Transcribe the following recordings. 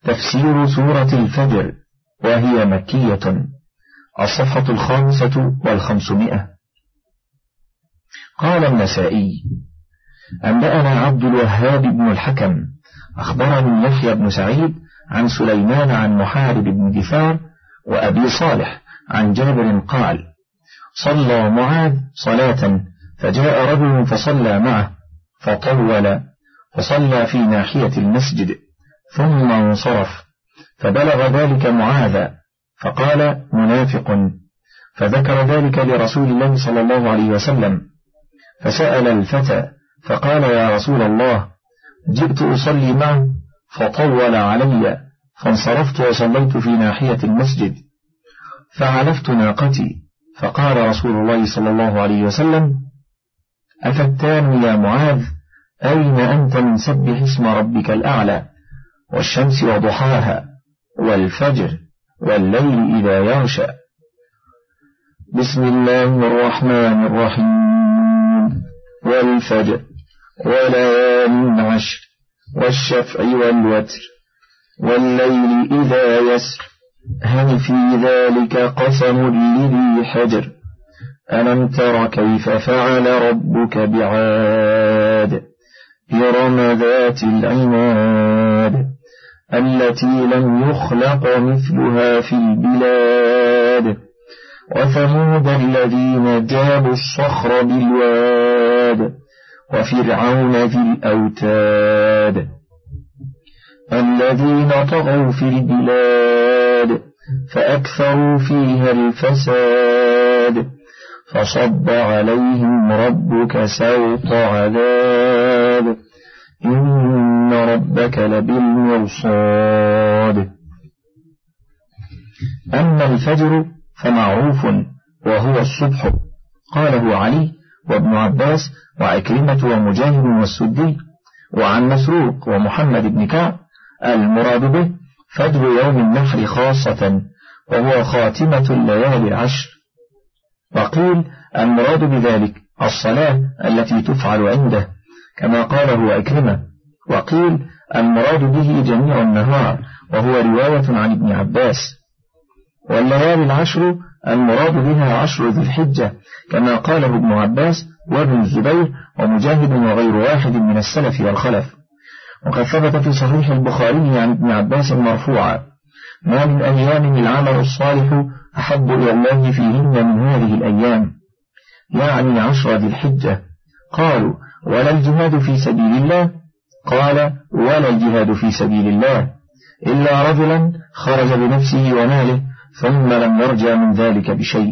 تفسير سورة الفجر، وهي مكية. الصفحة 550. قال النسائي: أنبأنا عبد الوهاب بن الحكم أخبرني يحيى بن سعيد عن سليمان عن محارب بن دثار وأبي صالح عن جابر قال: صلى معاذ صلاة فجاء رجل فصلى معه فطول، فصلى في ناحية المسجد ثم انصرف، فبلغ ذلك معاذ فقال: منافق. فذكر ذلك لرسول الله صلى الله عليه وسلم، فسأل الفتى فقال: يا رسول الله، جئت أصلي معه فطول علي فانصرفت وصليت في ناحية المسجد فعلفت ناقتي، فقال رسول الله صلى الله عليه وسلم: أفتان يا معاذ، أين أنت من سبح اسم ربك الأعلى والشمس وضحاها والفجر والليل إذا يغشى. بسم الله الرحمن الرحيم. والفجر وليال عشر والشفع والوتر والليل إذا يسر، هل في ذلك قسم لذي حجر، ألم تر كيف فعل ربك بعاد، إرم ذات العماد، التي لم يخلق مثلها في البلاد، وثمود الذين جابوا الصخر بالواد، وفرعون ذي الأوتاد، الذين طغوا في البلاد فأكثروا فيها الفساد، فصب عليهم ربك سوط عذاب، إن ربك لبالمرصاد. أما الفجر فمعروف وهو الصبح، قاله علي وابن عباس وعكرمة ومجاهد والسدي، وعن مسروق ومحمد بن كعب المراد به فجر يوم النحر خاصة، وهو خاتمة الليالي العشر. وقيل المراد بذلك الصلاة التي تفعل عنده كما قاله عكرمة، وقيل المراد به جميع النهار، وهو رواية عن ابن عباس. والليالي العشر المراد بها عشر ذي الحجة كما قاله ابن عباس وابن الزبير ومجاهد وغير واحد من السلف والخلف. وقد ثبت في صحيح البخاري عن ابن عباس مرفوعا: ما من أيام العمل الصالح أحب إلى الله فيهن من هذه الأيام، يعني عشر ذي الحجة. قالوا: ولا الجهاد في سبيل الله؟ قال: ولا الجهاد في سبيل الله إلا رجلا خرج بنفسه وماله ثم لم يرجع من ذلك بشيء.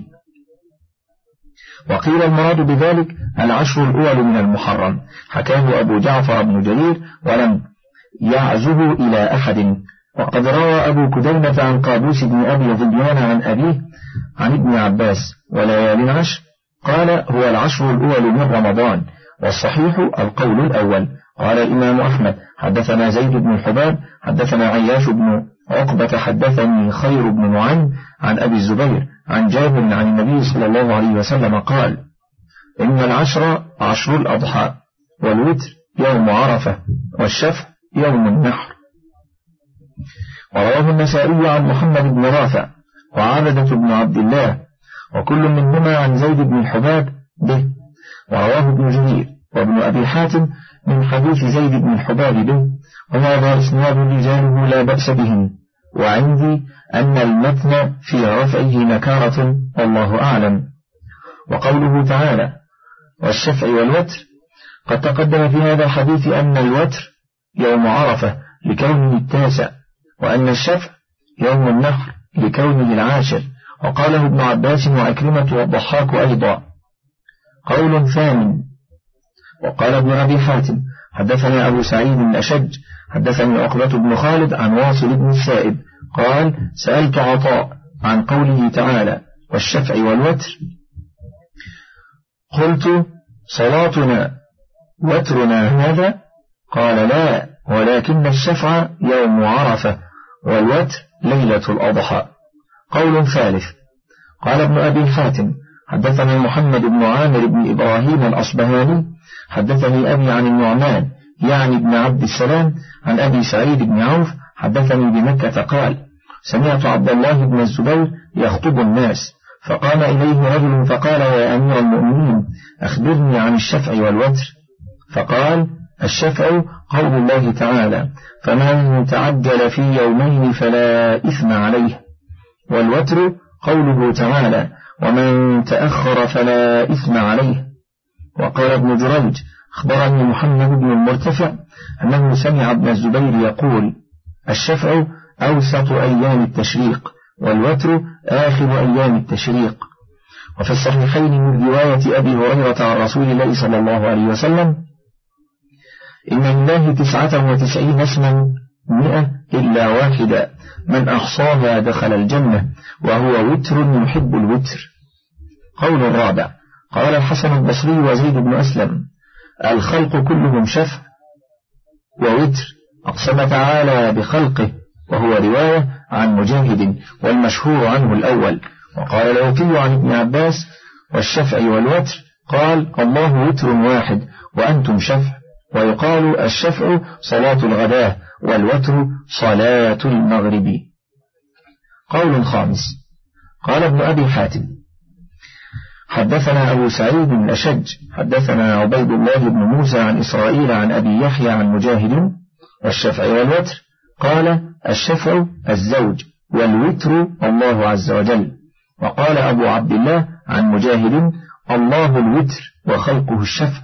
وقيل المراد بذلك العشر الأول من المحرم، حكاه أبو جعفر بن جرير ولم يعزه إلى أحد. وقد روى أبو كديمة عن قابوس بن أبي ظبيان عن أبيه عن ابن عباس: وليال عشر، قال: هو العشر الأول من رمضان، والصحيح القول الأول. قال الإمام أحمد: حدثنا زيد بن الحباب حدثنا عياش بن عقبة حدثني خير بن معين عن أبي الزبير عن جابر عن النبي صلى الله عليه وسلم قال: إن العشر عشر الأضحى، والوتر يوم عرفة، والشفع يوم النحر. ورواه النسائي عن محمد بن رافع وعبدة بن عبد الله، وكل منهما عن زيد بن الحباب به. ورواه ابن جرير وابن أبي حاتم من حديث زيد بن الحباب به، وهذا إسناد رجاله لا بأس بهم، وعندي أن المتن في رفعه نكارة، والله أعلم. وقوله تعالى: والشفع والوتر، قد تقدم في هذا الحديث أن الوتر يوم عرفة لكونه التاسع، وأن الشفع يوم النحر لكونه العاشر. وقاله ابن عباس وعكرمة والضحاك أيضا. قول ثامن: وقال ابن أبي حاتم: حدثني أبو سعيد الأشج حدثني عقبة بن خالد عن واصل بن السائب قال: سألت عطاء عن قوله تعالى: والشفع والوتر، قلت: صلاتنا وترنا هذا؟ قال: لا، ولكن الشفع يوم عرفة والوتر ليلة الأضحى. قول ثالث: قال ابن أبي حاتم: حدثني محمد بن عامر بن إبراهيم الأصبهاني حدثني أبي عن النعمان يعني ابن عبد السلام عن أبي سعيد بن عوف حدثني بمكة قال: سمعت عبد الله بن الزبير يخطب الناس، فقام إليه رجل فقال: يا أمير المؤمنين، أخبرني عن الشفع والوتر. فقال: الشفع قول الله تعالى: فمن تعجل في يومين فلا إثم عليه. والوتر قوله تعالى: ومن تأخر فلا إثم عليه. وقال ابن جريج: أخبرني محمد بن المرتفع أنه سمع ابن الزبير يقول: الشفع أوسط أيام التشريق، والوتر آخر أيام التشريق. وفي الصحيحين من رواية أبي هريرة عن رسول الله صلى الله عليه وسلم: إن لله 99 اسما 100 إلا واحدا، من أحصاها دخل الجنة، وهو وتر يحب الوتر. قول الرابع: قال الحسن البصري وزيد بن أسلم: الخلق كلهم شفع ووتر، أقسم تعالى بخلقه، وهو رواية عن مجاهد، والمشهور عنه الأول. وقال الأوفي عن ابن عباس: والشفع والوتر، قال: الله وتر واحد وأنتم شفع. ويقال الشفع صلاة الغداء، والوتر صلاة المغرب. قول خامس: قال ابن أبي حاتم: حدثنا أبو سعيد الأشج حدثنا عبيد الله بن موسى عن إسرائيل عن أبي يحيى عن مجاهد: والشفع والوتر، قال: الشفع الزوج، والوتر الله عز وجل. وقال أبو عبد الله عن مجاهد: الله الوتر وخلقه الشفع،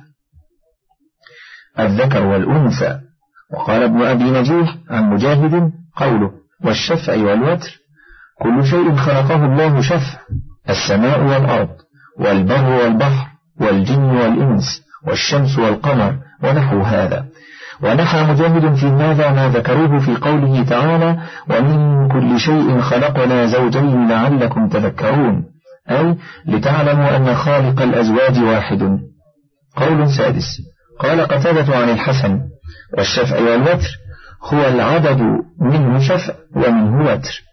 الذكر والأنثى. وقال ابن أبي نجيح عن مجاهد قوله: والشفع والوتر، كل شيء خلقه الله شفع، السماء والأرض، والبر والبحر، والجن والإنس، والشمس والقمر، ونحو هذا. ونحى مجاهد في هذا ما ذكروه في قوله تعالى: ومن كل شيء خلقنا زوجين لعلكم تذكرون، أي لتعلموا أن خالق الأزواج واحد. قول سادس: قال قتادة عن الحسن: والشفع والوتر هو العدد، منه شفع ومنه وتر.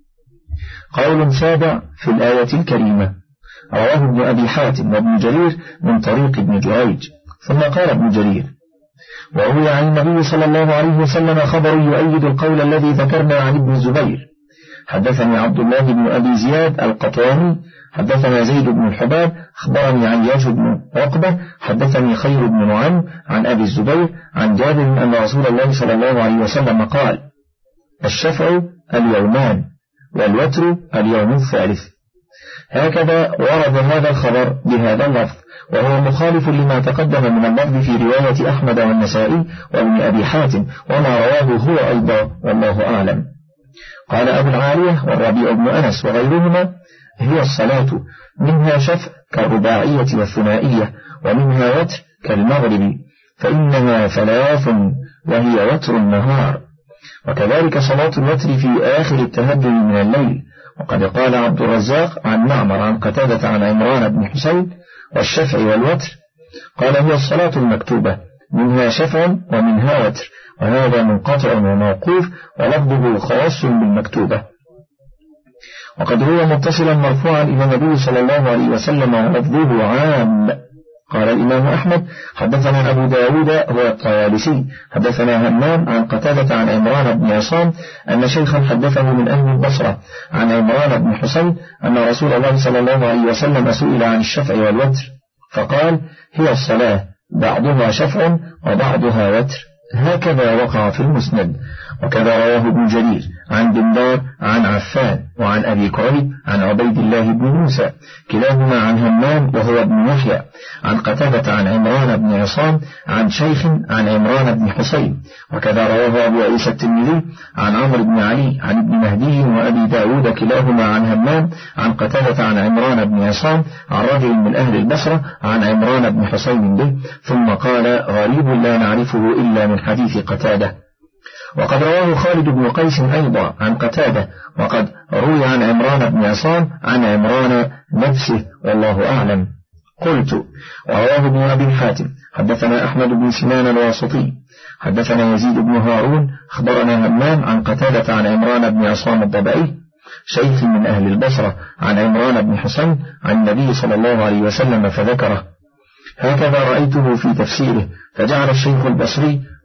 قول سابع في الآية الكريمة: رواه ابن أبي حاتم وابن جرير من طريق ابن جريج. ثم قال ابن جرير: وروي عن النبي صلى الله عليه وسلم خبر يؤيد القول الذي ذكرنا عن ابن الزبير. حدثني عبد الله بن أبي زياد القطواني حدثنا زيد بن الحباب أخبرني عن ياج بن عقبة حدثني خير بن نعيم عن أبي الزبير عن جابر أن رسول الله صلى الله عليه وسلم قال: الشفع اليومان، والوتر اليوم الثالث. هكذا ورد هذا الخبر بهذا اللفظ، وهو مخالف لما تقدم من اللفظ في رواية أحمد والنسائي وابن أبي حاتم، وما رواه هو أيضا، والله أعلم. قال أبو العالية والربيع بن أنس وغيرهما: هي الصلاة، منها شفع كالرباعية والثنائية، ومنها وتر كالمغرب، فإنها 3 وهي وتر النهار. وكذلك صلاة الوتر في آخر التهجد من الليل. وقد قال عبد الرزاق عن معمر عن قتادة عن عمران بن حسين: والشفع والوتر، قال: هي الصلاة المكتوبة، منها شفع ومنها وتر، وهذا منقطع وموقوف، ولفظه خاص بالمكتوبة. وقد روى متصلا مرفوعا إلى النبي صلى الله عليه وسلم ولفظه عام. قال الإمام أحمد: حدثنا أبو داود هو الطيالسي حدثنا همام عن قتادة عن عمران بن عصام أن شيخا حدثه من أهل البصرة عن عمران بن حسين أن رسول الله صلى الله عليه وسلم سئل عن الشفع والوتر فقال: هي الصلاة، بعضها شفع وبعضها وتر. هكذا وقع في المسند. وكذا رواه ابن جرير عن دندار عن عفان وعن أبي كريب عن عبيد الله بن موسى كلاهما عن همام وهو ابن يحيى عن قتادة عن عمران بن عصام عن شيخ عن عمران بن حسين. وكذا رواه أبو عيسى الترمذي عن عمرو بن علي عن ابن مهدي وأبي داود كلاهما عن همام عن قتادة عن عمران بن عصام عن رجل من أهل البصرة عن عمران بن حسين به. ثم قال: غريب لا نعرفه إلا من حديث قتادة. وقد رواه خالد بن قيس أيضا عن قتادة، وقد روي عن عمران بن عصام عن عمران نفسه، والله أعلم. قلت: ورواه ابن أبي حاتم حدثنا أحمد بن سنان الواسطي حدثنا يزيد بن هارون أخبرنا همام عن قتادة عن عمران بن عصام الضبعي شيخ من أهل البصرة عن عمران بن حسين عن النبي صلى الله عليه وسلم فذكره. هكذا رأيته في تفسيره، فجعل الشيخ البصري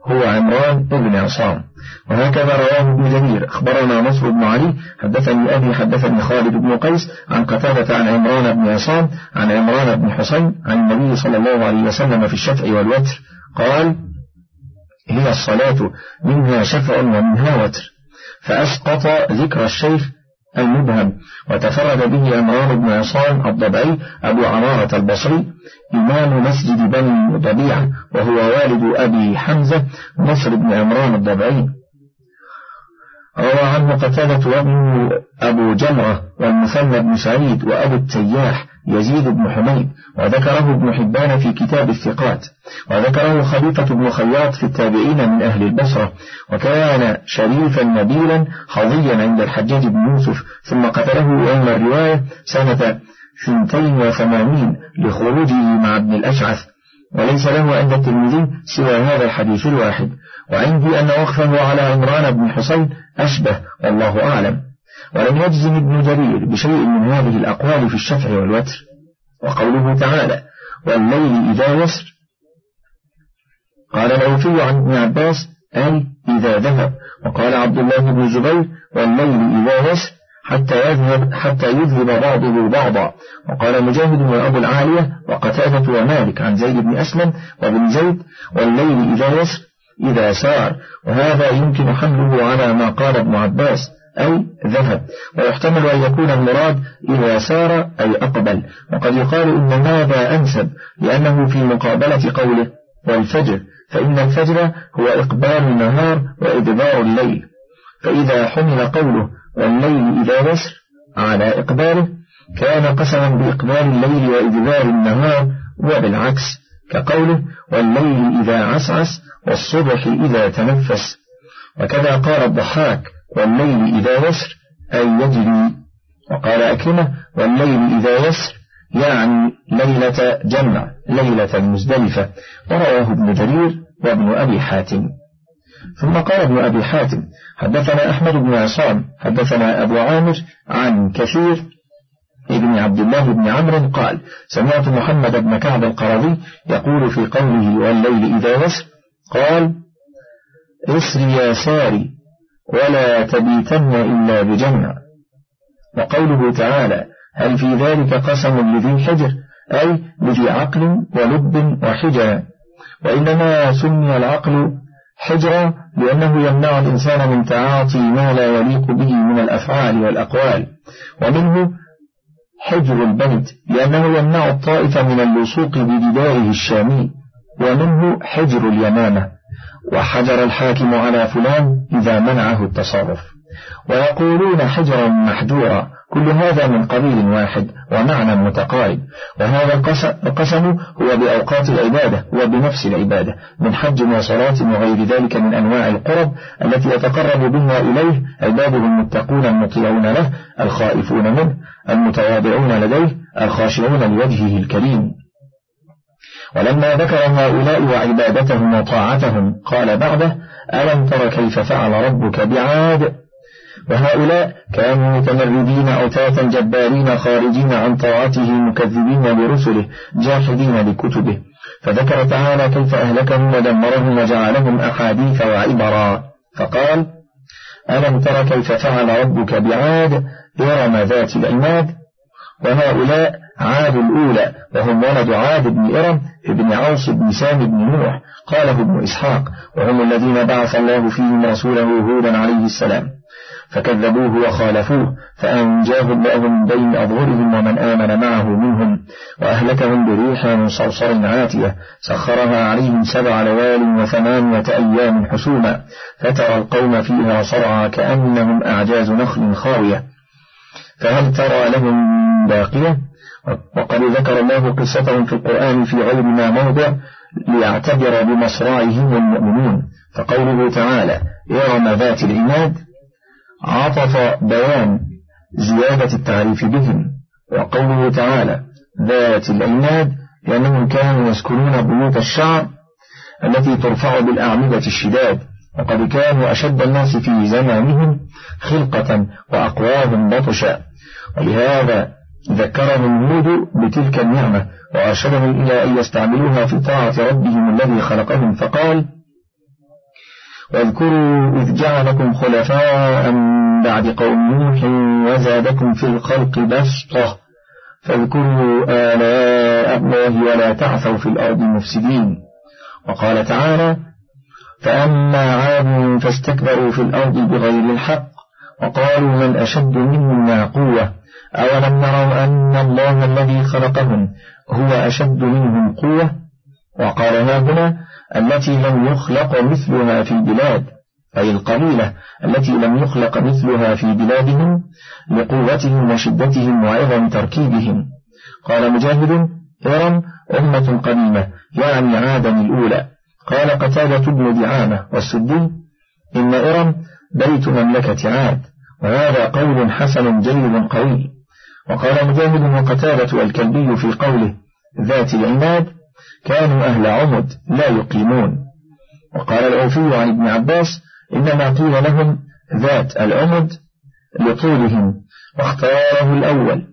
هو عمران بن عصام. وهكذا رواه ابن جرير: أخبرنا نصر بن علي حدثني أبي حدثني خالد بن قيس عن قتادة عن عمران بن عصام عن عمران بن حسين عن النبي صلى الله عليه وسلم في الشفع والوتر قال: هي الصلاة منها شفع ومنها وتر، فأسقط ذكر الشيخ المبهم. وتفرد به عمران بن عصام الضبعي أبو عمارة البصري إمام مسجد بني ضبيعة، وهو والد أبي حمزة نصر بن عمران الضبعي. روى عنه قتادة وابن أبو جمرة والمثنى بن سعيد وأبو التياح يزيد بن حميد، وذكره ابن حبان في كتاب الثقات، وذكره خليفة بن خياط في التابعين من أهل البصرة، وكان شريفا نبيلا حظيا عند الحجاج بن يوسف، ثم قتله يوم الرواية سنة 82 لخروجه مع ابن الأشعث، وليس له عند الترمذي سوى هذا الحديث الواحد. وعندي أن وقفه على عمران بن حسين أشبه، والله أعلم. ولم يجزم ابن جرير بشيء من هذه الأقوال في الشفع والوتر. وقوله تعالى: والليل إذا يسر، قال العوفي عن ابن عباس: أي إذا ذهب. وقال عبد الله بن زبير: والليل إذا يسر حتى يذهب بعضه بعضا. وقال مجاهد وأبو العالية وقتادة ومالك عن زيد بن أسلم وابن زيد: والليل إذا يسر إذا سار. وهذا يمكن حمله على ما قال ابن عباس أي ذهب، ويحتمل أن يكون المراد إذا سار أي أقبل. وقد يقال إن هذا أنسب لأنه في مقابلة قوله والفجر، فإن الفجر هو إقبال النهار وإدبار الليل، فإذا حمل قوله والليل إذا يسر على إقباله كان قسما بإقبال الليل وإدبار النهار، وبالعكس كقوله والليل إذا عسعس والصبح إذا تنفس. وكذا قال الضحاك: والليل إذا يسر أي يجري. وقال أكرمة: والليل إذا يسر يعني ليلة جمع، ليلة المزدلفة. ورواه ابن جرير وابن أبي حاتم. ثم قال ابن أبي حاتم: حدثنا أحمد بن عصام حدثنا أبو عامر عن كثير ابن عبد الله بن عمرو قال: سمعت محمد بن كعب القرظي يقول في قوله والليل إذا يسر قال: اسر يا ساري ولا تبيتن إلا بجمع. وقوله تعالى: هل في ذلك قسم لذي حجر، أي لذي عقل ولب وحجر. وإنما سمي العقل حجرا لأنه يمنع الإنسان من تعاطي ما لا يليق به من الأفعال والأقوال. ومنه حجر البيت لأنه يمنع الطائف من اللصوق بجداره الشامي. ومنه حجر اليمامة، وحجر الحاكم على فلان إذا منعه التصرف. ويقولون حجرا محجورا، كل هذا من قبيل واحد ومعنى متقارب. وهذا القسم هو بأوقات العبادة وبنفس العبادة من حج وصلاة وغير ذلك من أنواع القرب التي يتقرب بها إليه عباده المتقون المطيعون له الخائفون منه المتواضعون لديه الخاشعون لوجهه الكريم. ولما ذكر هؤلاء وعبادتهم وطاعتهم قال بعده: ألم تر كيف فعل ربك بعاد. وهؤلاء كانوا متمردين عتاة جبارين خارجين عن طاعته مكذبين برسله جاحدين لكتبه، فذكر تعالى كيف أهلكهم ودمرهم وجعلهم أحاديث وعبرا، فقال: ألم تر كيف فعل ربك بعاد إرم ذات العماد. وهؤلاء عاد الأولى وهم ولد عاد بن إرم ابن عوص بن سام بن نوح، قاله ابن إسحاق، وهم الذين بعث الله فيهم رسوله هودا عليه السلام فكذبوه وخالفوه فأنجاه الله من بين أظهرهم ومن آمن معه منهم، وأهلكهم بريح صرصر عاتية سخرها عليهم 7 ليال و8 أيام حسوما فترى القوم فيها صرعى كأنهم أعجاز نخل خاوية فهل ترى لهم باقية. وقد ذكر الله قصتهم في القرآن في غير ما موضع ليعتبر بمصرعهم المؤمنون، فقوله تعالى: إرم ذات العماد عطف بيان زيادة التعريف بهم، وقوله تعالى ذات العماد لأنهم كانوا يسكنون بيوت الشعر التي ترفع بالأعمدة الشداد، وقد كانوا أشد الناس في زمانهم خلقة وأقواهم بطشا، ولهذا ذكرهم هود بتلك النعمة وأرشدهم إلى أن يستعملوها في طاعة ربهم الذي خلقهم، فقال: واذكروا إذ جعلكم خلفاء من بعد قوم نوح وزادكم في الخلق بسطة فاذكروا آلاء الله ولا تعثوا في الأرض مفسدين. وقال تعالى: فأما عاد فاستكبروا في الأرض بغير الحق وقالوا من أشد منا قوة أولم نروا أن الله الذي خلقهم هو أشد منهم قوة. وقال هنا التي لم يخلق مثلها في البلاد، أي القبيلة التي لم يخلق مثلها في بلادهم لقوتهم وشدتهم وعظم تركيبهم. قال مجاهد: إرم أمة قديمة يعني عادا الأولى. قال قتادة بن دعامة والسدي: إن إرم بيت مملكة عاد، وهذا قول حسن جيد قوي. وقال مجاهد وقتادة والكلبي في قوله ذات العناد: كانوا أهل عمد لا يقيمون. وقال الأوفي عن ابن عباس: إنما قيل لهم ذات العمد لطولهم، واختاره الأول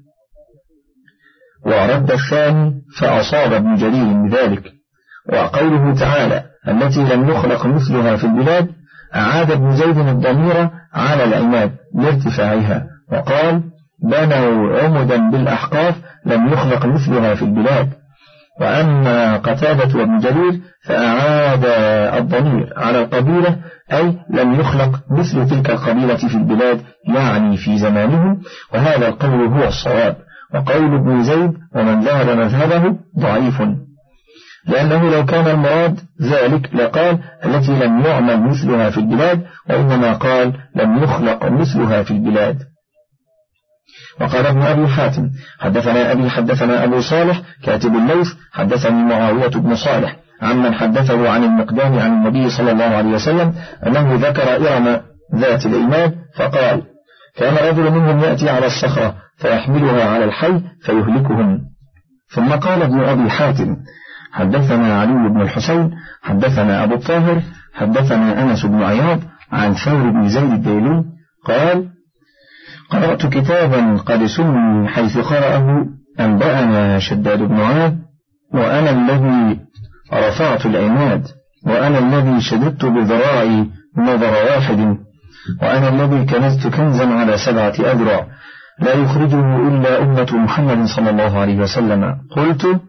ورد الثاني فأصاب ابن جرير بذلك. وقوله تعالى التي لم يخلق مثلها في البلاد أعاد ابن زيد الضمير على العناد لارتفاعها، وقال: بنوا عمدا بالأحقاف لم يخلق مثلها في البلاد. وأما قتادة وابن جرير فأعاد الضمير على القبيلة، أي لم يخلق مثل تلك القبيلة في البلاد يعني في زمانهم، وهذا القول هو الصواب. وقول ابن زيد ومن ذهب مذهبه ضعيف، لأنه لو كان المراد ذلك لقال التي لم يعمل مثلها في البلاد، وإنما قال لم يخلق مثلها في البلاد. وقال ابن أبي حاتم حدثنا أبي حدثنا أبو صالح كاتب الليث حدثني معاوية بن صالح عمن حدثه عن المقدام عن النبي صلى الله عليه وسلم أنه ذكر إرم ذات العناد فقال: كان رجل منهم يأتي على الصخرة فيحملها على الحي فيهلكهم. ثم قال ابن أبي حاتم حدثنا علي بن الحسين حدثنا أبو الطاهر حدثنا أنس بن عياض عن ثور بن زيد الديلي قال: قرأت كتابا قد سمي حيث قرأه أنبأنا شداد بن عاد، وأنا الذي رفعت العناد، وأنا الذي شددت بذراعي نظر واحد، وأنا الذي كنزت كنزا على 7 أذرع لا يخرجه إلا أمة محمد صلى الله عليه وسلم. قلت: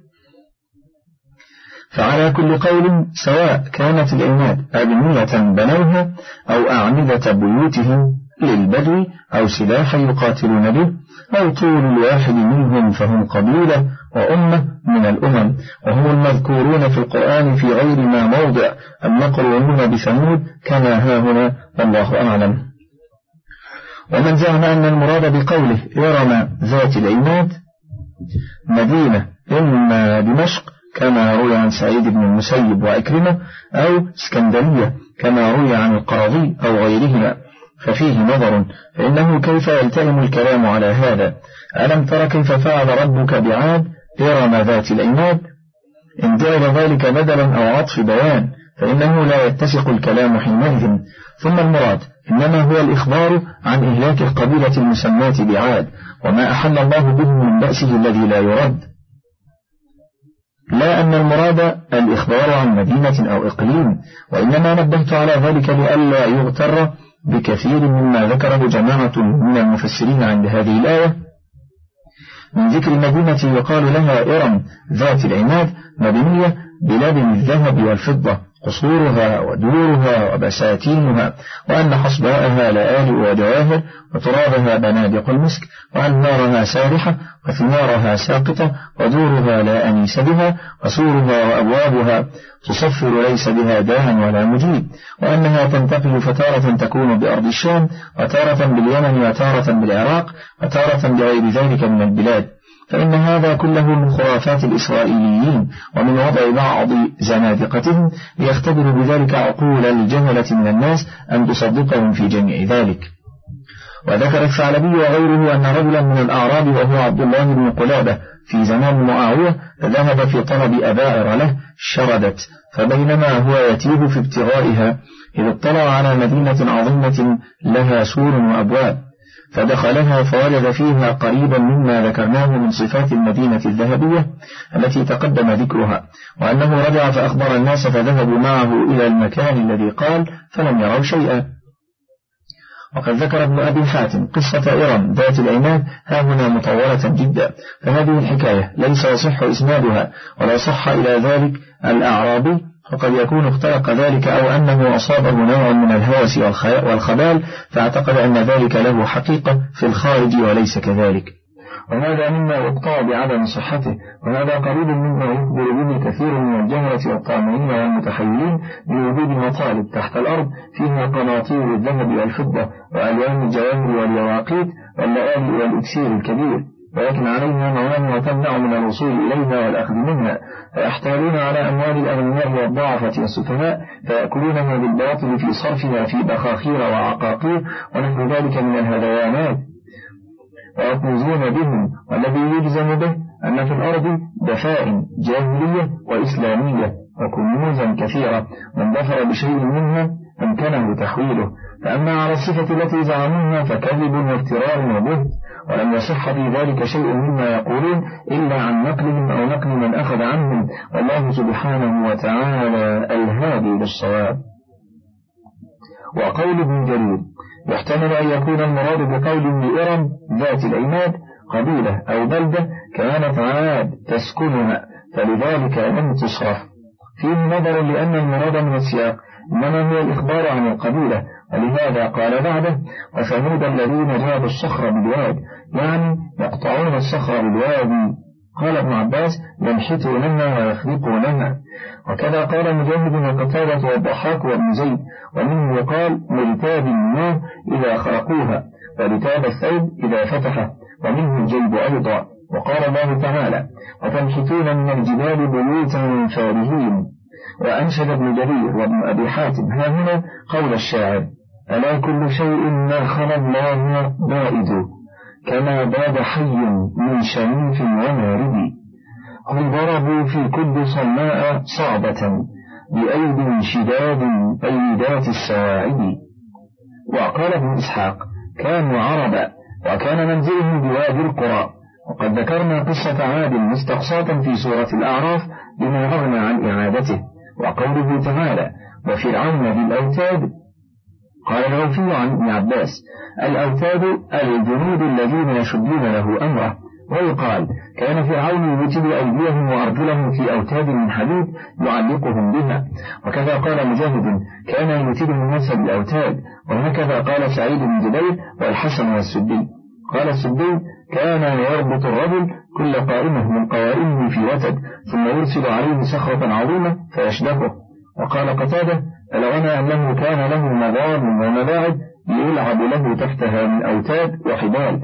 فعلى كل قول سواء كانت العناد أبنية بنوها أو أعمدة بيوتهم للبدو أو سلاحا يقاتلون به أو طول الواحد منهم فهم قبيلة وأمة من الأمم، وهم المذكورون في القرآن في غير ما موضع المقرونون بثمود كما هاهنا والله أعلم. ومن زعم أن المراد بقوله إرم ذات العناد مدينة إما دمشق كما روي عن سعيد بن المسيب وإكرمة، أو اسكندرية كما روي عن القرضي أو غيرهما، ففيه نظر، فإنه كيف يلتئم الكلام على هذا؟ ألم تر كيف فعل ربك بعاد إرم ذات العناد؟ إن جعل ذلك بدلا أو عطف بيان فإنه لا يتسق الكلام حينئذ. ثم المراد إنما هو الإخبار عن إهلاك القبيلة المسماة بعاد وما أحل الله به من بأسه الذي لا يرد، لا أن المراد الإخبار عن مدينة أو إقليم. وإنما نبهت على ذلك لئلا يغتر بكثير مما ذكره جماعة من المفسرين عند هذه الآية من ذكر المدينة يقال لها إرم ذات العناد مبنية بلبن الذهب والفضة قصورها ودورها وبساتينها، وأن حصباءها لآلئ وجواهر، وترابها بنادق المسك، وأنهارها سارحة، وثمارها ساقطة، ودورها لا أنيس بها، وسورها وأبوابها تصفر ليس بها داع ولا مجيب، وأنها تنتقل فتارة تكون بأرض الشام، وتارة باليمن، وتارة بالعراق، وتارة بغير ذلك من البلاد. فإن هذا كله من خرافات الإسرائيليين ومن وضع بعض زنادقتهم ليختبروا بذلك عقول الجهلة من الناس أن تصدقهم في جميع ذلك. وذكر الثعلبي وغيره أن رجلا من الأعراب وهو عبد الله بن قلابة في زمان معاوية ذهب في طلب أبائر له شردت، فبينما هو يتيه في ابتغائها إذ اطلع على مدينة عظيمة لها سور وأبواب، فدخلها فوجد فيها قريبا مما ذكرناه من صفات المدينة الذهبية التي تقدم ذكرها، وأنه رجع فأخبر الناس فذهبوا معه إلى المكان الذي قال فلم يروا شيئا. وقد ذكر ابن أبي حاتم قصة إرم ذات العماد ها هنا مطولة جدا، فهذه الحكاية ليس يصح إسنادها، ولا صح إلى ذلك الأعرابي، وقد يكون اختلق ذلك أو أنه أصابه نوع من الهوس والخبال فاعتقد أن ذلك له حقيقة في الخارج وليس كذلك، وهذا مما يقطع بعدم صحته، وهذا قريب مما يخبر به كثير من الجهلة والطامعين والمتحيلين بوجود مطالب تحت الأرض فيها قناطير الذهب والفضة وألوان الجواهر واليواقيت واللآلئ والإكسير الكبير، ولكن عليها موانع تمنع من الوصول إليها والأخذ منها، فيحتالون على أموال الأغنياء والضعفة والسفهاء فيأكلونها بالباطل في صرفها في بخاخير وعقاقير ونحو ذلك من الهذيانات ويطمزون بهم، والذي يجزم به أن في الأرض دفائن جاهلية وإسلامية وكنوزا كثيرة، من ظفر بشيء منها أمكنه تحويله. فأما على الصفة التي زعموها فكذب وافتراء وبهت، ولم يصح في ذلك شيء مما يقولون إلا عن نقلهم أو نقل من أخذ عنهم، والله سبحانه وتعالى الهادي للصواب. وقول ابن جرير يحتمل أن يكون المراد بقوله إرم ذات العماد قبيلة أو بلدة كانت عاد تسكنها فلذلك لم تصرف، فيه نظر لأن المراد من السياق إنما هو الإخبار عن القبيلة، ولهذا قال بعده وثمود الذين جابوا الصخر بالواد، يعني يقطعون الصخر بالوادي. قال ابن عباس ينحتونها ويخلقونها، وكذا قال مجاهد وقتادة والضحاك وابن زيد، ومنه يقال لرتاب النار إذا خرقوها ولتاب الثوب إذا فتحه، ومنه الجيب أيضا. وقال الله تعالى وتنحتون من الجبال بيوتا فارهين. وأنشد ابن جرير وابن أبي حاتم ها هنا قول الشاعر ألا كل شيء ما خلا الله بائد كما باد حي من شريف ومارد، هم ضربوا في كل صماء صعبة بأيد شداد أيدات السواعد. وقال ابن إسحاق كانوا عربا وكان منزلهم بوادي القرى. وقد ذكرنا قصة عاد مستقصاة في سورة الأعراف بما أغنى عن إعادته. وقوله تعالى وفرعون بالأوتاد، قال العوفي عن ابن عباس الأوتاد الجنود الذين يشدون له أمره، ويقال كان فرعون يوتد أيديهم وأرجلهم في أوتاد من حديد يعلقهم بها، وكذا قال مجاهد كان يوتد الناس بالأوتاد، وهكذا قال سعيد بن جبير والحسن والسدي. قال السدي كان يربط الرجل كل قائمة من قوائمه في وتد ثم يرسل عليه صخرة عظيمة فيشدقه. وقال قتادة فلغنا أنه كان له مضاد ومباعد يلعب له تحتها من أوتاد وحبال.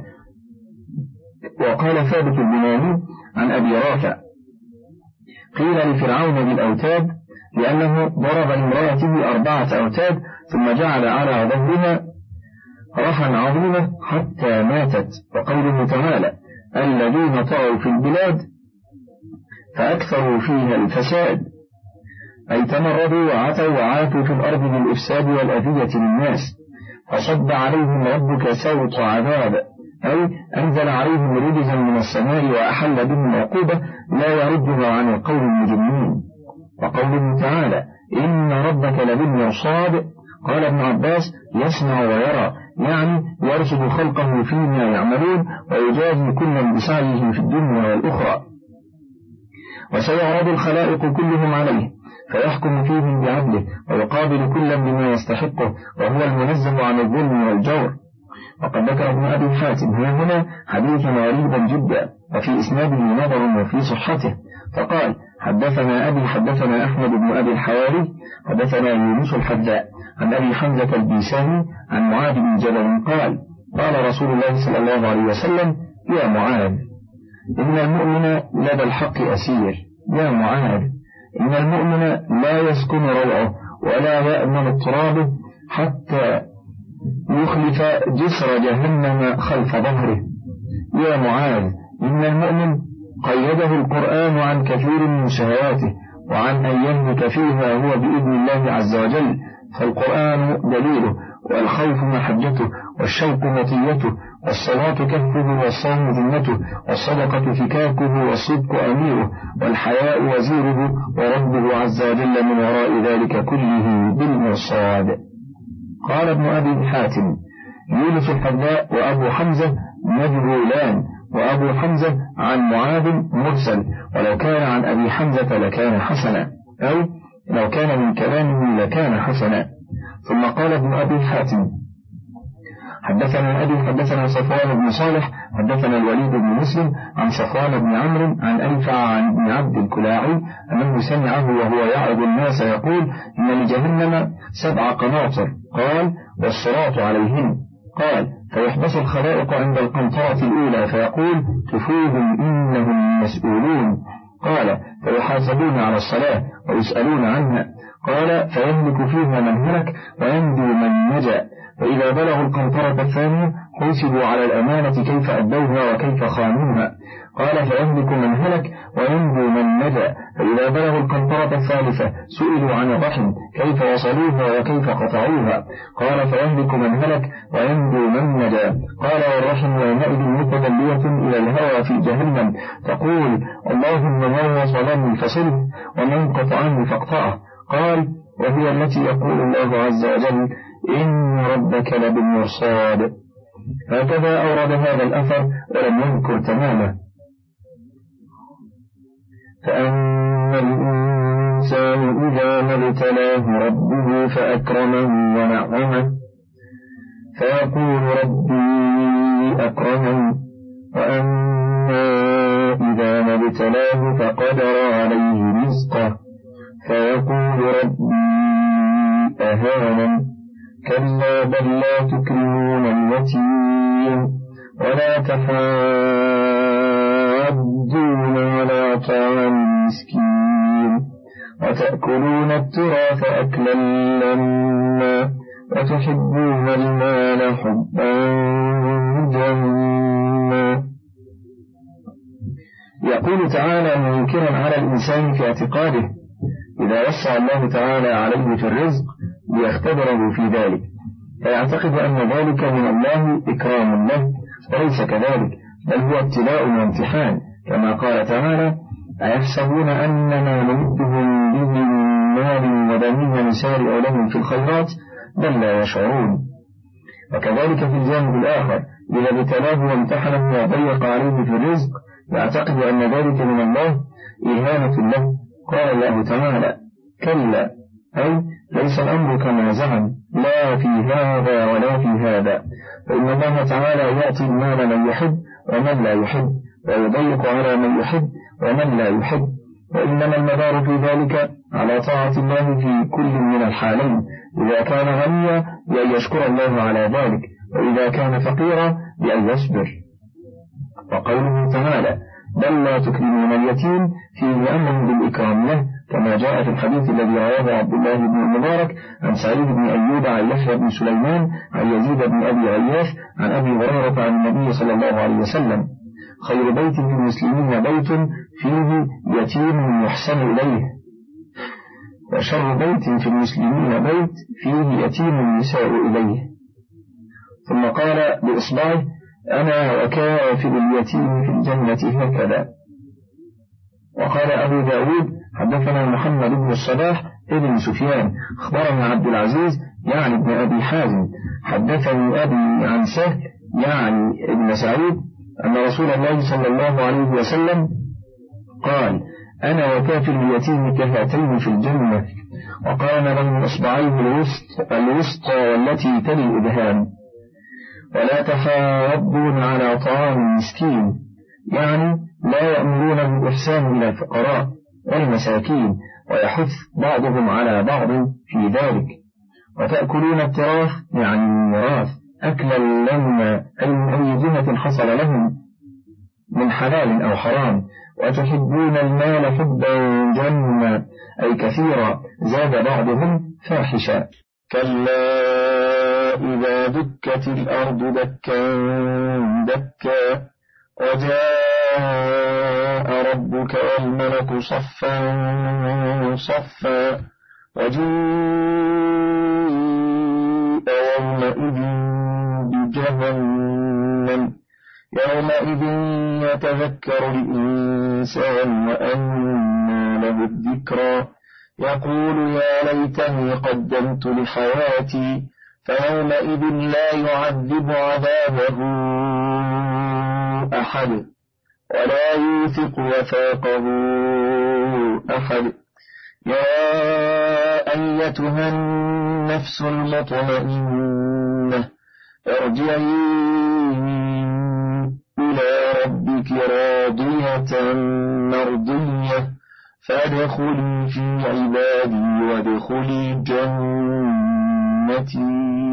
وقال ثابت البناني عن أبي رافع قيل لفرعون بالأوتاد لأنه ضرب لامرأته 4 أوتاد ثم جعل على ظهرها رحا عظيمة حتى ماتت. وقوله تعالى الذين طغوا في البلاد فأكثروا فيها الفساد، أي تمردوا وعتوا وعاتوا في الأرض بالإفساد والأذية للناس، فصب عليهم ربك سوط عذاب، أي أنزل عليهم رجزا من السماء وأحل بهم عقوبة لا يردها عن القوم المجرمين. وقوله تعالى إن ربك لبالمرصاد، قال ابن عباس يسمع ويرى، يعني يرصد خلقه فيما يعملون ويجازي كلا بسعيه في الدنيا والأخرى، وسيعرض الخلائق كلهم عليه فيحكم فيهم بعدله ويقابل كلا بما يستحقه، وهو المنزه عن الظلم والجور. وقد ذكر ابن أبي حاتم هنا حديثا غريبا جدا وفي إسناده نظر وفي صحته، فقال حدثنا أبي حدثنا أحمد بن أبي الحواري حدثنا يونس الحذاء عن أبي حمزة البيساني عن معاذ بن جبل قال قال رسول الله صلى الله عليه وسلم يا معاذ إن المؤمن لدى الحق أسير، يا معاذ إن المؤمن لا يسكن روعه ولا يأمن اضطرابه حتى يخلف جسر جهنم خلف ظهره، يا معاذ إن المؤمن قيده القرآن عن كثير من شهواته وعن أن يهلك فيها هو بإذن الله عز وجل، فالقرآن دليله والخوف محجته والشوق مطيته والصلاة كهفه والصوم ذمته والصدقة فكاكه والصدق أميره والحياء وزيره وربه عز وجل من وراء ذلك كله بالمرصاد. قال ابن أبي حاتم: يونس الحذاء وأبو حمزة مجهولان، وأبو حمزة عن معاذ مرسل، ولو كان عن أبي حمزة لكان حسنا، أو لو كان من كلامه لكان حسنا. ثم قال ابن أبي حاتم: حدثنا أبي حدثنا صفوان بن صالح حدثنا الوليد بن مسلم عن صفوان بن عمرو عن أنفع عن ابن عبد الكلاعي أنه سمعه وهو يعظ الناس يقول: إن لجهنم 7 قناطر. قال: والصراط عليهن. قال: فيحبس الخلائق عند القنطرة الأولى فيقول: كفوهم إنهم مسؤولون. قال: فيحاسبون على الصلاة ويسألون عنها. قال: فيهلك فيها من هلك وينجو من نجا. فإذا بلغوا القنطرة الثانية حسبوا على الأمانة كيف أدوها وكيف خانوها. قال: فيهلك من هلك وينجو من نجا. فإذا بلغوا القنطرة الثالثة سئلوا عن الرحم كيف وصلوها وكيف قطعوها. قال: فيهلك من هلك وينجو من نجا. قال: والرحم يومئذ متدلية إلى الهوى في جهنم تقول: اللهم من وصلني فصله ومن قطعني فاقطعه. قال: وهي التي يقول الله عز وجل: إن ربك لبالمرصاد. هكذا أورد هذا الأثر ولم يذكر تمامه. فأما الإنسان إذا ما ابتلاه ربه فأكرمه ونعمه فيقول ربي أكرمن، وأما إذا ما ابتلاه فقدر عليه رزقه فيقول ربي أهانن. كلا بل لا تكرمون اليتيم ولا تحاضون على طعام المسكين وتأكلون التراث أكلا لما وتحبون المال حبا جما. يقول تعالى منكرا على الإنسان في اعتقاده إذا وسع الله تعالى عليه في الرزق ليختبره في ذلك، فيعتقد أن ذلك من الله إكرام له، وليس كذلك، بل هو ابتلاء وامتحان، كما قال تعالى: أيحسبون أننا نمدهم به من مال وبنين نسارع لهم في الخيرات بل لا يشعرون. وكذلك في الجانب الآخر إذا ابتلاه وامتحنه وضيق عليه في الرزق يعتقد أن ذلك من الله إهانة له. قال الله تعالى: كلا، أي ليس الأمر كما زعم، لا في هذا ولا في هذا، فإن الله تعالى يأتي المال من يحب ومن لا يحب، ويضيق على من يحب ومن لا يحب، وإنما المدار في ذلك على طاعة الله في كل من الحالين، إذا كان غنيا بأن يشكر الله على ذلك، وإذا كان فقيرا بأن يصبر. وقوله تعالى: بل لا تكرمون اليتيم فيه أمر بالإكرام له، كما جاء في الحديث الذي رواه عبد الله بن المبارك عن سعيد بن أيوب عن يحيى بن سليمان عن يزيد بن أبي عياش عن أبي هريرة عن النبي صلى الله عليه وسلم: خير بيت في المسلمين بيت فيه يتيم يحسن إليه، وشر بيت في المسلمين بيت فيه يتيم يساء إليه. ثم قال بإصبعه: أنا وكافل اليتيم في الجنة هكذا. وقال أبو داود: حدثنا محمد بن الصباح ابن سفيان أخبرنا عبد العزيز يعني ابن أبي حازم حدثني أبي عن سهل يعني ابن سعيد أن رسول الله صلى الله عليه وسلم قال: أنا وكافل اليتيم كهاتين في الجنة، وقال بين إصبعيه الوسطى والتي تلي الإبهام. ولا تحاضون على طعام المسكين، يعني لا يأمرون بالإحسان إلى الفقراء والمساكين، ويحث بعضهم على بعض في ذلك. وتأكلون التراث يعني الميراث أكلا لما، أي من أي جهة حصل لهم من حلال أو حرام. وتحبون المال حبا جما، أي كثيرا، زاد بعضهم فاحشا. كلا إذا دكت الأرض دكا دكا وجاء ربك والملك صفا صفا وجيء يومئذ بجهنم جهنم يومئذ يتذكر الإنسان وأنى له الذكرى يقول يا ليتني قدمت لحياتي فيومئذ لا يعذب عذابه أحد ولا يوثق وثاقه أحد يا أيتها النفس المطمئنة ارجعي إلى ربك راضية مرضية فادخلي في عبادي وادخلي جنتي.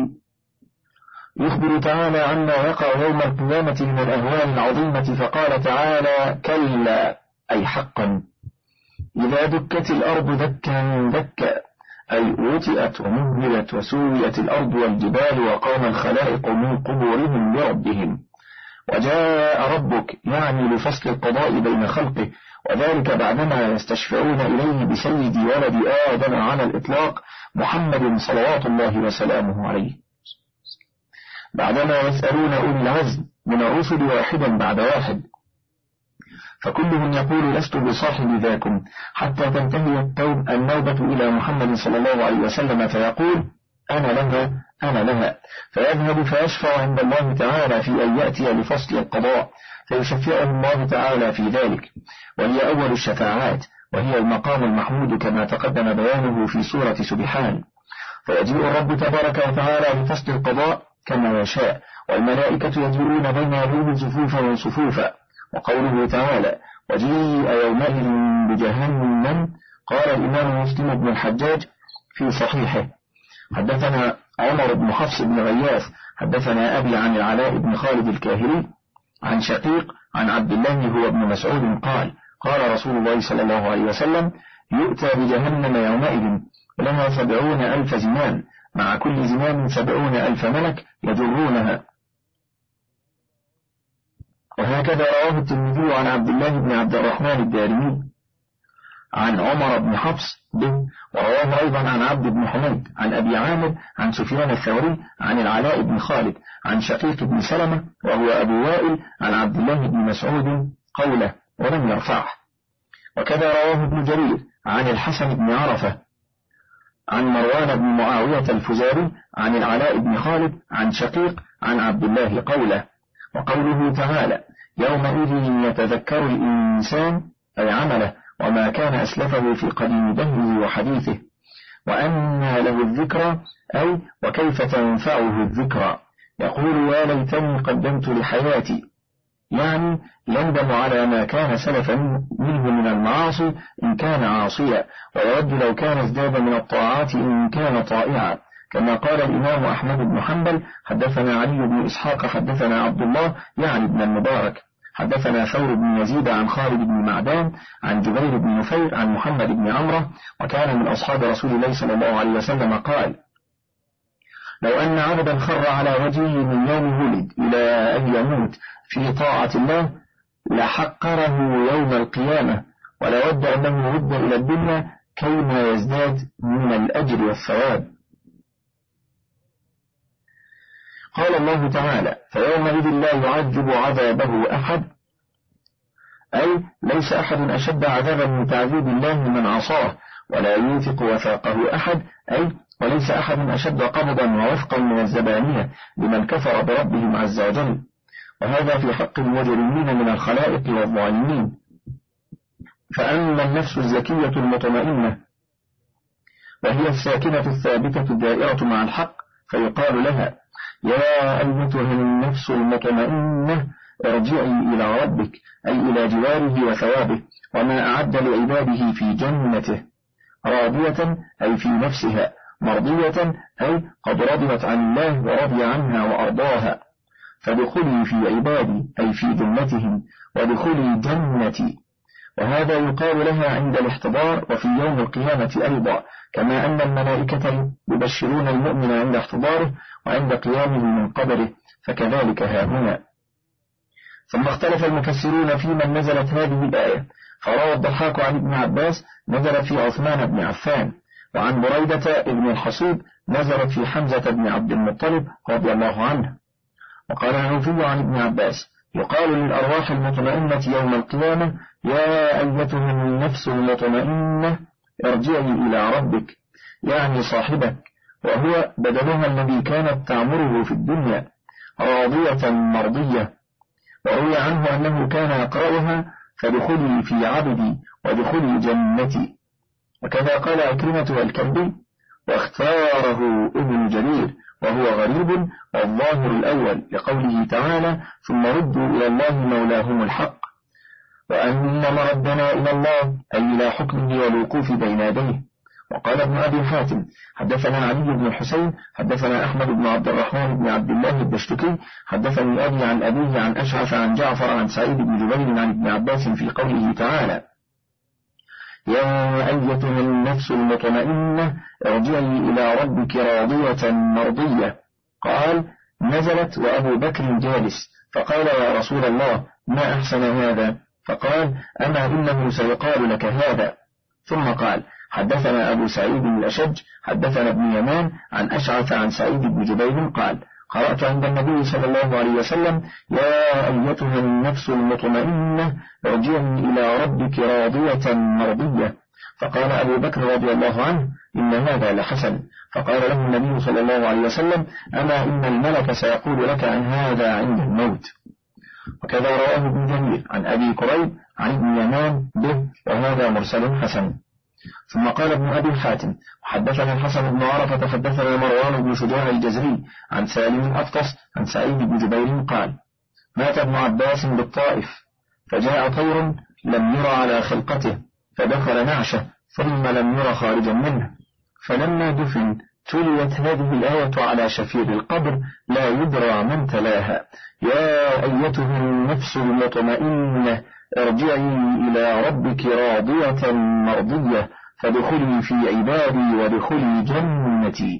يخبر تعالى عما يقع يوم القيامة من الأهوال العظيمة فقال تعالى كلا أي حقا إذا دكت الأرض دكا دكا أي وطئت ومهلت وسويت الأرض والجبال وقام الخلائق من قبورهم لربهم وجاء ربك يعني لفصل القضاء بين خلقه وذلك بعدما يستشفعون إليه بسيد ولد آدم على الإطلاق محمد صلوات الله وسلامه عليه بعدما يسألون أولي العزم من الرسل واحدا بعد واحد فكلهم يقول لست بصاحب ذاكم حتى تنتهي النوبة إلى محمد صلى الله عليه وسلم فيقول أنا لها فيذهب فيشفع عند الله تعالى في أن يأتي لفصل القضاء فيشفعه الله تعالى في ذلك وهي أول الشفاعات وهي المقام المحمود كما تقدم بيانه في سورة سبحان فيجيء الرب تبارك وتعالى لفصل القضاء كما يشاء والملائكة يجيئون بين يديه صفوفا وصفوفا وقوله تعالى وجيء يومئذ بجهنم قال الإمام مسلم بن الحجاج في صحيحه حدثنا عمر بن حفص بن غياث حدثنا أبي عن العلاء بن خالد الكاهلي عن شقيق عن عبد الله هو ابن مسعود قال رسول الله صلى الله عليه وسلم يؤتى بجهنم يومئذ لها 70,000 زمام مع كل زمام 70,000 ملك يجرونها وهكذا رواه الترمذي عن عبد الله بن عبد الرحمن الدارمي عن عمر بن حفص به ورواه أيضا عن عبد بن حميد عن أبي عامر عن سفيان الثوري عن العلاء بن خالد عن شقيق بن سلمة وهو أبو وائل عن عبد الله بن مسعود قوله ولم يرفعه وكذا رواه ابن جرير عن الحسن بن عرفة عن مروان بن معاوية الفزاري عن العلاء بن خالد عن شقيق عن عبد الله قوله وقوله تعالى يومئذ يتذكر الإنسان أي عمله وما كان أسلفه في قديم دهره وحديثه وأنى له الذكرى أي وكيف تنفعه الذكرى يقول يا ليتني قدمت لحياتي يعني يندم على ما كان سلفا منه من المعاصي إن كان عاصيا ويود لو كان ازداد من الطاعات إن كان طائعا كما قال الإمام أحمد بن حنبل حدثنا علي بن إسحاق حدثنا عبد الله يعني ابن المبارك حدثنا ثور بن يزيد عن خالد بن معدان عن جبير بن نفير عن محمد بن عمرو وكان من أصحاب رسول الله صلى الله عليه وسلم قال لو أن عبدا خر على وجهه من يوم ولد إلى أن يموت في طاعة الله لحقره يوم القيامة ولود أنه رد إلى الدنيا كيما يزداد من الأجر والثواب. قال الله تعالى فيومئذ لا يعذب عذابه أحد أي ليس أحد أشد عذابا من تعذيب الله من عصاه ولا يوثق وثاقه أحد أي وليس أحد أشد قبضا ووفقا من الزبانية لمن كفر بربهم عز وجل وهذا في حق المجرمين من الخلائق والظالمين. فأما النفس الزكية المطمئنة وهي الساكنة الثابتة الدائرة مع الحق فيقال لها يا أيتها النفس المطمئنة ارجعي إلى ربك أي إلى جواره وثوابه وما أعد لعباده في جنته راضية أي في نفسها مرضية أي قد رضيت عن الله ورضي عنها وأرضاها فادخلي في عبادي أي في جنتهم وادخلي جنتي وهذا يقال لها عند الاحتضار وفي يوم القيامة أيضا كما أن الملائكة يبشرون المؤمن عند احتضاره وعند قيامه من قبره فكذلك ها هنا. ثم اختلف المفسرون في من نزلت هذه الآية فروى الضحاك عن ابن عباس نزلت في عثمان بن عفان وعن بريدة ابن الحصيب نزلت في حمزة بن عبد المطلب رضي الله عنه وقال العوفي عن ابن عباس: يقال للأرواح المطمئنة يوم القيامة: يا أيتها النفس المطمئنة ارجعي إلى ربك، يعني صاحبك، وهو بدنها الذي كانت تعمره في الدنيا، راضية مرضية. وروي عنه أنه كان يقرأها: فادخلي في عبدي وادخلي جنتي. وكذا قال عكرمة والكلبي، واختاره ابن جرير وهو غريب والظاهر الأول لقوله تعالى: ثم ردوا إلى الله مولاهم الحق، وأن مردنا إلى الله أي إلى حكمه والوقوف بين يديه. وقال ابن أبي حاتم: حدثنا علي بن الحسين حدثنا أحمد بن عبد الرحمن بن عبد الله الدشتكي حدثني أبي عن أبيه عن أشعث عن جعفر عن سعيد بن جبير عن ابن عباس في قوله تعالى: يا أيتها النفس المطمئنة ارجعي إلى ربك راضية مرضية. قال: نزلت وأبو بكر جالس، فقال: يا رسول الله، ما أحسن هذا؟ فقال: أما إنه سيقال لك هذا. ثم قال: حدثنا أبو سعيد الأشج حدثنا ابن يمان عن أشعث عن سعيد بن جبير قال: قرأت عند النبي صلى الله عليه وسلم: يا أيتها النفس المطمئنة ارجعي إلى ربك راضية مرضية. فقال أبو بكر رضي الله عنه: إن هذا لحسن. فقال له النبي صلى الله عليه وسلم: أما إن الملك سيقول لك عن هذا عند الموت. وكذا رواه ابن جرير عن أبي كريب عن ابن يمان به، وهذا مرسل حسن. ثم قال ابن أبي حاتم: وحدثنا الحسن بن عرفة حدثنا مروان بن شجاع الجزري عن سالم الأفطس عن سعيد بن جبير قال: مات ابن عباس بالطائف، فجاء طير لم ير على خلقته فدخل نعشه ثم لم ير خارجا منه، فلما دفن تليت هذه الآية على شفير القبر لا يدرى من تلاها: يا أيتها النفس المطمئنة ارجعي إلى ربك راضية مرضية فادخلي في عبادي وادخلي جنتي.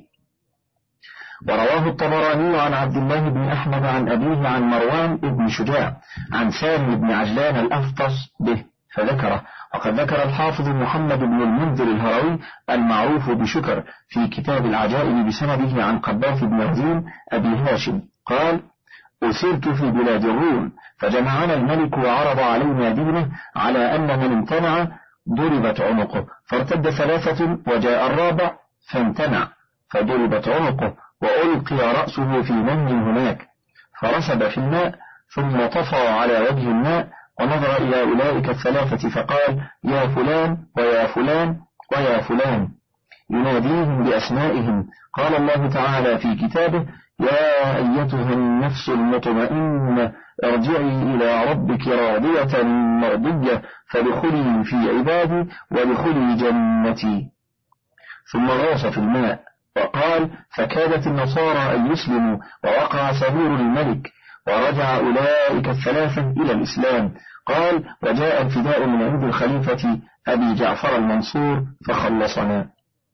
ورواه الطبراني عن عبد الله بن أحمد عن أبيه عن مروان بن شجاع عن سالم بن عجلان الأفطس به فذكره. وقد ذكر الحافظ محمد بن المنذر الهروي المعروف بشكر في كتاب العجائب بسنده عن قباث بن عزيم أبي هاشم قال: أسرت في بلاد الروم فجمعنا الملك وعرض علينا دينه على أن من امتنع ضربت عنقه، فارتد 3 وجاء الرابع فامتنع فضربت عنقه وألقي رأسه في من هناك، فرسب في الماء ثم طفى على وجه الماء ونظر إلى أولئك 3 فقال: يا فلان ويا فلان ويا فلان، يناديهم بأسمائهم. قال الله تعالى في كتابه: يا أيتها النفس المطمئنة ارجعي إلى ربك راضية مرضية فادخلي في عبادي وادخلي جنتي. ثم غاص في الماء وقال: فكادت النصارى أن يسلموا ووقع سرور الملك، ورجع أولئك 3 إلى الإسلام. قال: وجاء الفداء من عند الخليفة أبي جعفر المنصور فخلصنا.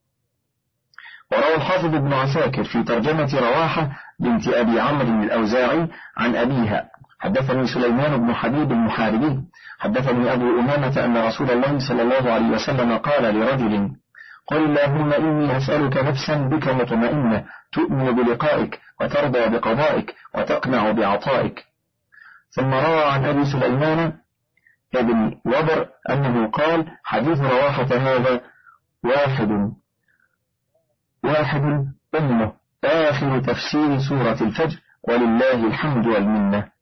وروى الحافظ ابن عساكر في ترجمة رواحة بنت أبي عمرو الأوزاعي عن أبيها: حدثني سليمان بن حبيب المحاربي حدثني أبو أمامة أن رسول الله صلى الله عليه وسلم قال لرجل: قل اللهم إني أسألك نفسا بك مطمئنة تؤمن بلقائك وترضى بقضائك وتقنع بعطائك. ثم روى عن أبي سليمان ابن وبر أنه قال: حديث رواحة هذا واحد أمه آخر تفسير سورة الفجر، ولله الحمد والمنة.